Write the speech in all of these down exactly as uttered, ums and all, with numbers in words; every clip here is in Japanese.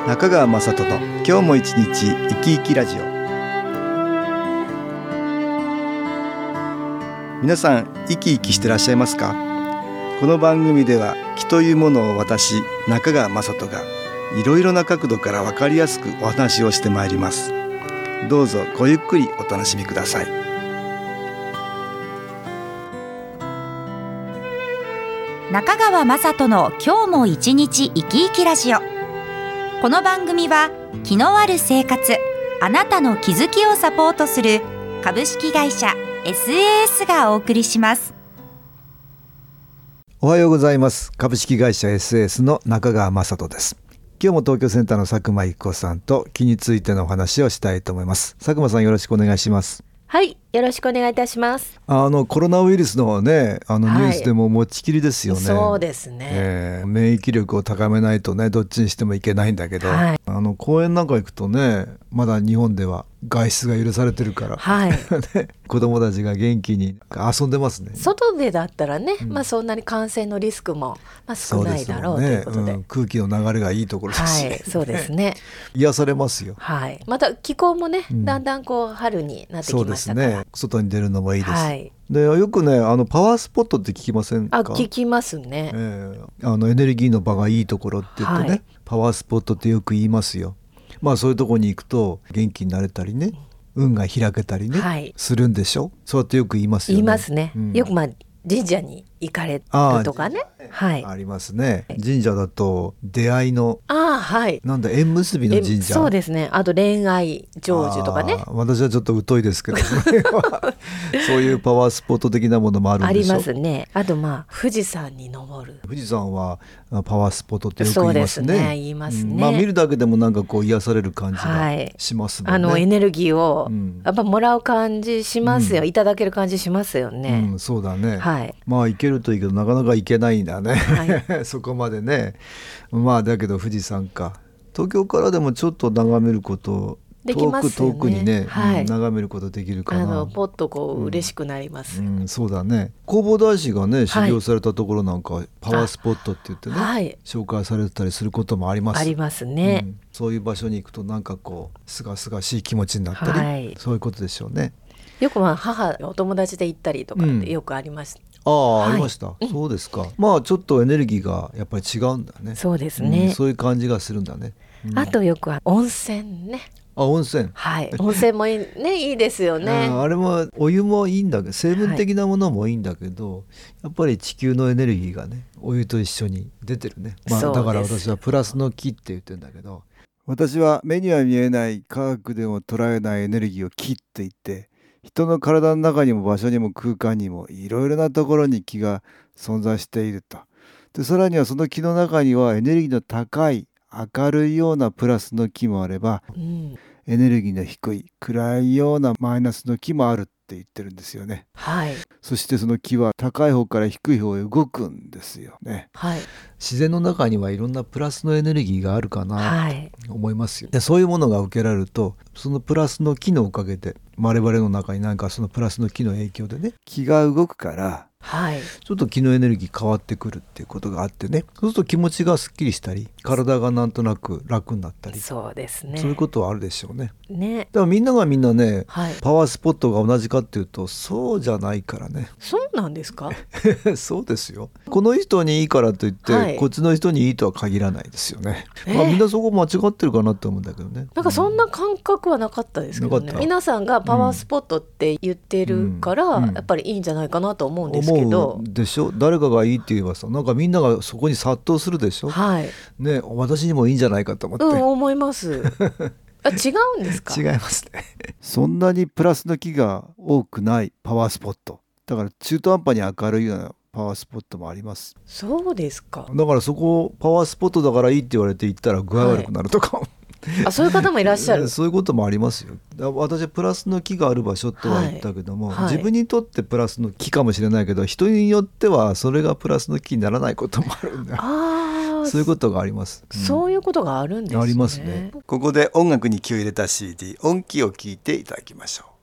中川雅人の今日も一日生き生きラジオ。皆さん生き生きしてらっしゃいますか？この番組では気というものを私中川雅人がいろいろな角度から分かりやすくお話をしてまいります。どうぞごゆっくりお楽しみください。 中川雅人の今日も一日生き生きラジオ。この番組は気のある生活、あなたの気づきをサポートする株式会社 エスエーエス がお送りします。 おはようございます。株式会社 エスエーエス の中川雅人です。今日も東京センターの佐久間一子さんと気についてのお話をしたいと思います。佐久間さん、よろしくお願いします。 はい、よろしくお願いいたします。 あのコロナウイルスのね、あのニュースでも持ちきりですよね。 そうですね、 えー、免疫力を高めないとね、どっちにしてもいけないんだけど、はい、あの公園なんか行くとね、まだ日本では外出が許されてるから、 はいね、 子供たちが元気に遊んでますね。 外でだったらね、うん、まあ、そんなに感染のリスクも、まあ、少ないだろうということで、 うん、空気の流れがいいところですし、 はい、そうですね癒されますよ、 はい、また気候もね、うん、だんだんこう春になってきましたから、 そうですね、外に出るのもいいです、 はい、 でよくね、あのパワースポットって聞きませんか？ あ、聞きますね、 えー、あのエネルギーの場がいいところって言ってね、はい、パワースポットってよく言いますよ。まあそういうところに行くと元気になれたりね、運が開けたりね、はい、するんでしょ。そうやってよく言いますよね。 言いますね、うん、よくまあ神社に行かれるとかね、はい、 ありますね。神社だと出会いの、 あ、はい、 なんだ縁結びの神社、 そうですね。あと恋愛成就とかね。 私はちょっと疎いですけどそういうパワースポット的なものもあるんでしょ。 ありますね。あとまあ富士山に登る、 富士山はパワースポットってよく言いますね。 そうですね、言いますね、 うん、まあ、見るだけでもなんかこう癒される感じがしますもんね、 はい、あのエネルギーをやっぱもらう感じしますよ、うん、いただける感じしますよね、 うん、そうだね、 はい、 まあ行けるといいけどなかなか行けないんだね、はい、そこまでね。まあだけど富士山か、東京からでもちょっと眺めることできますよね、 遠く遠くにね、 はい、 うん、眺めることできるかな。 あのポッとこう嬉しくなります、 うんうん、そうだね。弘法大師がね修行されたところなんか、はい、パワースポットって言ってね、はい、紹介されてたりすることもあります。 ありますね、 うん、そういう場所に行くとなんかこうすがすがしい気持ちになったり、はい、そういうことでしょうね。 よくまあ母お友達で行ったりとかってよくあります、 うん、ああ、 はい、 ありました、うん、そうですか。まあちょっとエネルギーがやっぱり違うんだね。 そうですね、 うん、そういう感じがするんだね、うん、 あとよくは温泉ね。 あ、温泉、 はい、温泉もいいね、いいですよね。 あ, あれもお湯もいいんだけど、成分的なものもいいんだけど、はい、やっぱり地球のエネルギーがねお湯と一緒に出てるね、まあ、だから私はプラスの気って言ってるんだけど、私は目には見えない科学でも捉えないエネルギーを気って言って、人の体の中にも場所にも空間にもいろいろなところに気が存在していると。でさらにはその気の中にはエネルギーの高い明るいようなプラスの気もあれば、うん、エネルギーの低い暗いようなマイナスの気もあるって言ってるんですよね、はい、そしてその気は高い方から低い方へ動くんですよね、はい、自然の中にはいろんなプラスのエネルギーがあるかなと思いますよ、はい、でそういうものが受けられると、そのプラスの気のおかげで我々の中に何かそのプラスの気の影響でね、気が動くから、はい、ちょっと気のエネルギー変わってくるっていうことがあってね、そうすると気持ちがすっきりしたり、体がなんとなく楽になったり、 そうですね、 そういうことはあるでしょうね。 ね、 だからみんながみんなね、 はい、 パワースポットが同じかっていうとそうじゃないからね。 そうなんですかそうですよ。この人にいいからといって、はい、こっちの人にいいとは限らないですよね、えーまあ、みんなそこ間違ってるかなって思うんだけどね。 なんかそんな感覚はなかったですけどね、うん、皆さんがパワースポットって言ってるから、うんうん、やっぱりいいんじゃないかなと思うんですけど、 思うでしょ。誰かがいいって言えばさ、なんかみんながそこに殺到するでしょ、はい、ね、私にもいいんじゃないかと思って、 うん、思いますあ、違うんですか？ 違いますねそんなにプラスの気が多くないパワースポットだから、中途半端に明るいようなパワースポットもあります。 そうですか。 だからそこパワースポットだからいいって言われて行ったら具合悪くなるとか、はい、 あ、そういう方もいらっしゃるそういうこともありますよ。私はプラスの気がある場所とは言ったけども、はいはい、自分にとってプラスの気かもしれないけど、人によってはそれがプラスの気にならないこともあるんだ。あ、そういうことがあります、 うん、そういうことがあるんですね。 ありますね。ここで音楽に気を入れた シーディー 音気を聞いていただきましょう。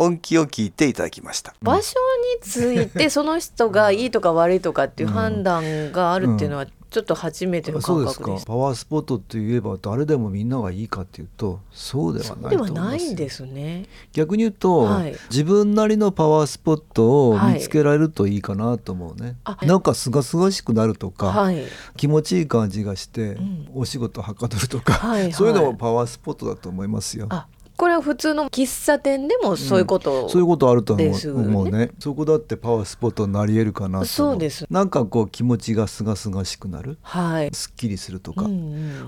音気を聞いていただきました。 場所についてその人がいいとか悪いとかっていう判断があるっていうのはちょっと初めての感覚です。 そうですか。パワースポットって言えば誰でもみんながいいかっていうとそうではないと思います。 そうではないんですね。 逆に言うと、はい、自分なりのパワースポットを見つけられるといいかなと思うね、はい、なんかすがすがしくなるとか、はい、気持ちいい感じがして、うん、お仕事はかどるとか、はいはい、そういうのもパワースポットだと思いますよ。 あ、これは普通の喫茶店でもそういうこと、 うん、そういうことあると思う、ね、思うね。そこだってパワースポットになり得るかなと。 そうです。 なんかこう気持ちがすがすがしくなる、はい、すっきりするとか、うんうん、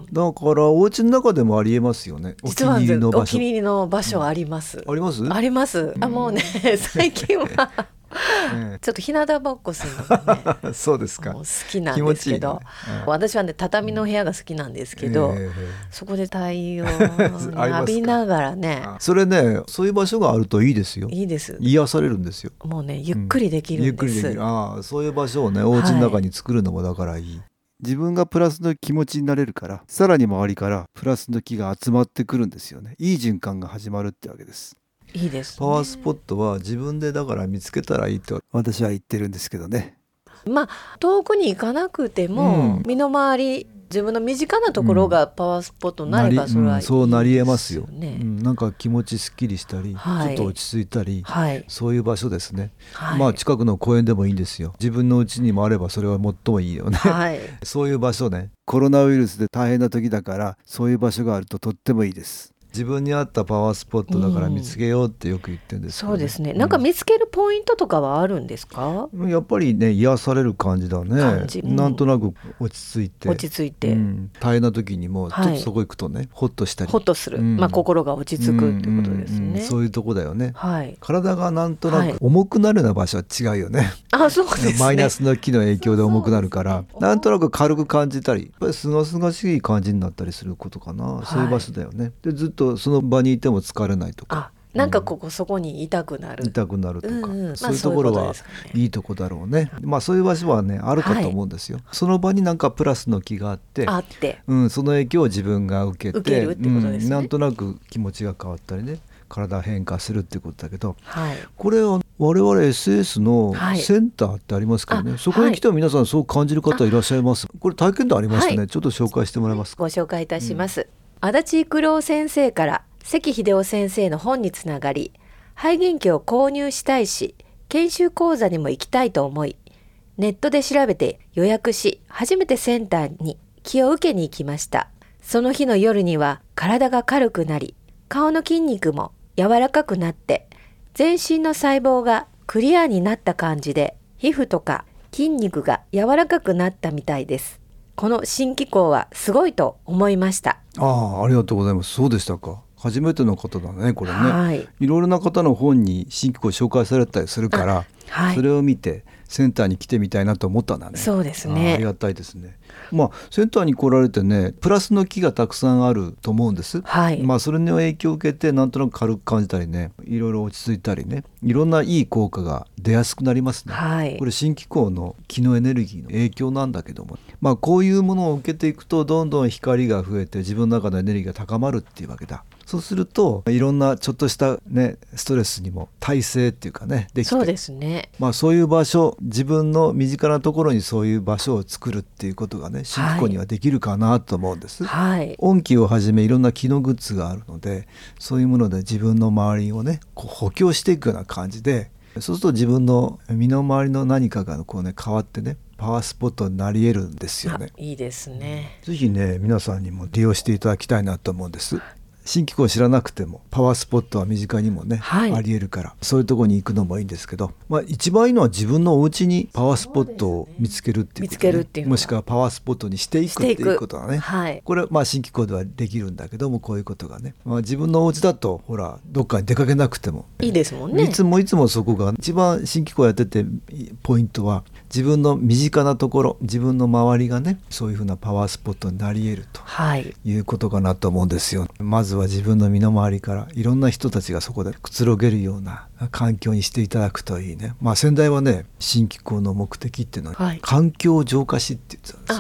だからお家の中でもありえますよね。 実はお気に入りの場所、お気に入りの場所あります、 うん、ありますあります、うん、あもうね最近はね、ちょっと日向ぼっこするのがねそうですか、 好きなんですけど、ね、うん、私はね畳の部屋が好きなんですけど、えー、そこで太陽に浴びながらねそれね、そういう場所があるといいですよ。 いいです。 癒されるんですよ。 もうねゆっくりできるんです、うん、ゆっくりできる。 ああ、そういう場所をねお家の中に作るのもだからいい、はい、自分がプラスの気持ちになれるから、さらに周りからプラスの気が集まってくるんですよね。いい循環が始まるってわけです。 いいですね。 パワースポットは自分でだから見つけたらいいと私は言ってるんですけどね。 まあ遠くに行かなくても、うん、身の回り自分の身近なところがパワースポットになればそれはいいですよね、 うん、そうなり得ますよ、うん、なんか気持ちすっきりしたり、はい、ちょっと落ち着いたり、はい、そういう場所ですね、はい、まあ近くの公園でもいいんですよ。自分の家にもあればそれは最もいいよね、はい、そういう場所ね。コロナウイルスで大変な時だからそういう場所があるととってもいいです。自分に合ったパワースポットだから見つけようってよく言ってるんですけど、ね、 うん、そうですね。なんか見つけるポイントとかはあるんですか？ やっぱりね癒される感じだね。感じ、うん、なんとなく落ち着いて落ち着いて、うん、 大変な時にもちょっとそこ行くとね、はい、ほっとしたりほっとする、うん、まあ、心が落ち着くってことですね、うんうんうん、 そういうとこだよね、はい、体がなんとなく重くなるような場所は違うよね、 はい、あ、そうですね。 マイナスの気の影響で重くなるから、ね、なんとなく軽く感じたりやっぱりすがすがしい感じになったりすることかな、はい、そういう場所だよね。でずっとその場にいても疲れないとか、 あ、なんかここ、うん、そこに痛くなる痛くなるとか、うんうん、そういうところはいいとこだろうね。まあそういう場所はねあるかと思うんですよ、はい、その場になんかプラスの気があってあって、 うん、その影響を自分が受けて受けるってことですね、 うん、なんとなく気持ちが変わったりね体変化するってことだけど、はい、これは我々 エスエス のセンターってありますからね、はい、そこに来ても皆さんそう感じる方いらっしゃいます。これ体験談ありましたね、はい、ちょっと紹介してもらえますか。 ご紹介いたします、うん、足立育郎先生から関秀夫先生の本につながり肺元気を購入したいし研修講座にも行きたいと思いネットで調べて予約し初めてセンターに気を受けに行きました。その日の夜には体が軽くなり顔の筋肉も柔らかくなって全身の細胞がクリアになった感じで皮膚とか筋肉が柔らかくなったみたいです。この新機構はすごいと思いました。 ああ、ありがとうございます。そうでしたか。初めての方だねこれね、はい、いろいろな方の本に新機構紹介されたりするから、はい、それを見てセンターに来てみたいなと思ったんだね。 そうですね。 あ, ありがたいですね。まあセンターに来られてねプラスの気がたくさんあると思うんです、はい、まあそれの影響を受けてなんとなく軽く感じたりねいろいろ落ち着いたりねいろんないい効果が出やすくなりますね、はい、これ新機構の気のエネルギーの影響なんだけども、まあこういうものを受けていくとどんどん光が増えて自分の中のエネルギーが高まるっていうわけだ。そうするといろんなちょっとした、ね、ストレスにも耐性っていうかねできて、 そうですね、 まあ、そういう場所自分の身近なところにそういう場所を作るっていうことがね新機構にはできるかなと思うんです、はい、音気をはじめいろんな気のグッズがあるのでそういうもので自分の周りをねこう補強していくような感じでそうすると自分の身の回りの何かがこう、ね、変わってねパワースポットになり得るんですよね。 いいですね。 ぜひね皆さんにも利用していただきたいなと思うんです。新機構を知らなくてもパワースポットは身近にもね、はい、ありえるからそういうところに行くのもいいんですけど、まあ、一番いいのは自分のお家にパワースポットを見つけるっていうこと、ね、見つけるっていうもしくはパワースポットにしていくっていうことだね、はい、これまあ新機構ではできるんだけどもこういうことがね、まあ、自分のお家だとほらどっかに出かけなくてもいいですもんね。 いつもいつもそこが一番新機構やっててポイントは自分の身近なところ自分の周りがねそういうふうなパワースポットになり得ると、はい、いうことかなと思うんですよ。まずは自分の身の周りからいろんな人たちがそこでくつろげるような環境にしていただくといいね。まあ先代はね新機構の目的っていうのは、はい、環境浄化しって言ってたんですね。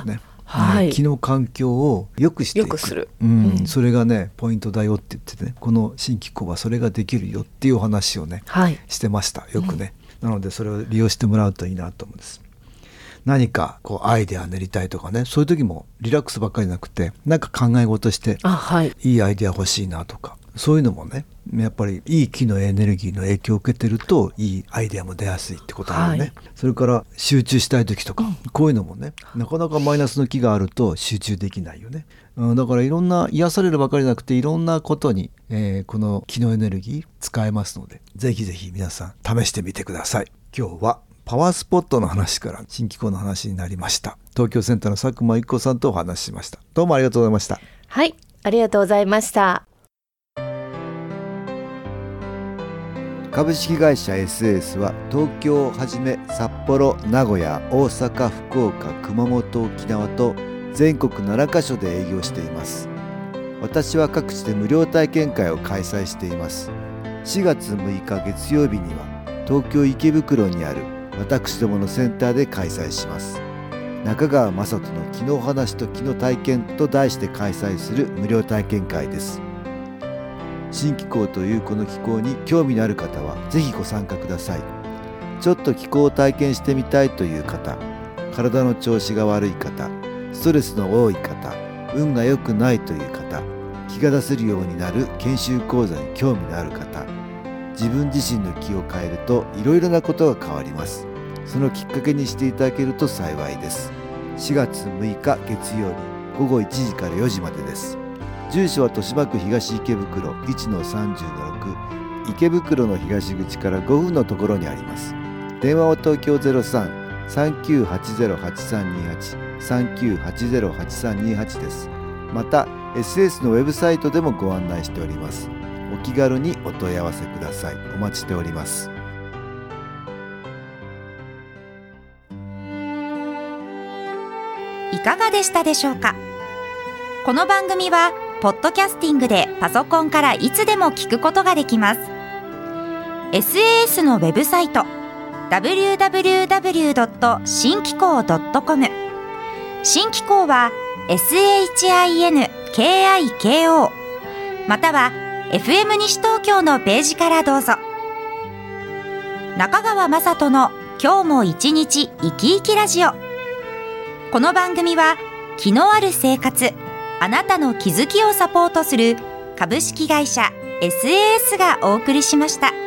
はい、 気の環境を良くしていく、 良くする、 うんうん、 それがねポイントだよって言ってね、この新機構はそれができるよっていうお話をね、 はい、 してましたよくね、うん、なのでそれを利用してもらうといいなと思うんです。何かこうアイデア練りたいとかね、そういう時もリラックスばっかりなくて、なんか考え事してあ、はい、 いいアイデア欲しいなとか、そういうのもねやっぱりいい気のエネルギーの影響を受けてるといいアイデアも出やすいってことあるよね、はい、それから集中したい時とか、うん、こういうのもねなかなかマイナスの気があると集中できないよね、うん、だからいろんな癒されるばかりなくていろんなことに、えー、この気のエネルギー使えますので、ぜひぜひ皆さん試してみてください。今日はパワースポットの話から新機構の話になりました。東京センターの佐久間一子さんとお話ししました。どうもありがとうございました。 はい、ありがとうございました。 株式会社 エスエーエス は東京をはじめ札幌、名古屋、大阪、福岡、熊本、沖縄と全国ななカ所で営業しています。私は各地で無料体験会を開催しています。しがつむいか月曜日には東京池袋にある私どものセンターで開催します。中川雅人の気の話と気の体験と題して開催する無料体験会です。新気候というこの気候に興味のある方はぜひご参加ください。ちょっと気候を体験してみたいという方、体の調子が悪い方、ストレスの多い方、運が良くないという方、気が出せるようになる研修講座に興味のある方、自分自身の気を変えるといろいろなことが変わります。そのきっかけにしていただけると幸いです。しがつむいか月曜日ごごいちじからよじまでです。住所は豊島区東池袋 いちのさんじゅうのろく、 池袋の東口からごふんのところにあります。電話は東京 ゼロさん さんきゅうはちゼロ はちさんにはち さんきゅうはちゼロ はちさんにはち です。また エスエス のウェブサイトでもご案内しております。お気軽にお問い合わせください。お待ちしております。 いかがでしたでしょうか。この番組はポッドキャスティングでパソコンからいつでも聞くことができます。 エスエーエス のウェブサイト ダブリューダブリューダブリュードットシンキコードットコム、 新気候は エスエイチアイエヌケーアイケーオー または エフエム 西東京のページからどうぞ。中川雅人の今日も一日生き生きラジオ。この番組は気のある生活、あなたの気づきをサポートする株式会社 エスエーエス がお送りしました。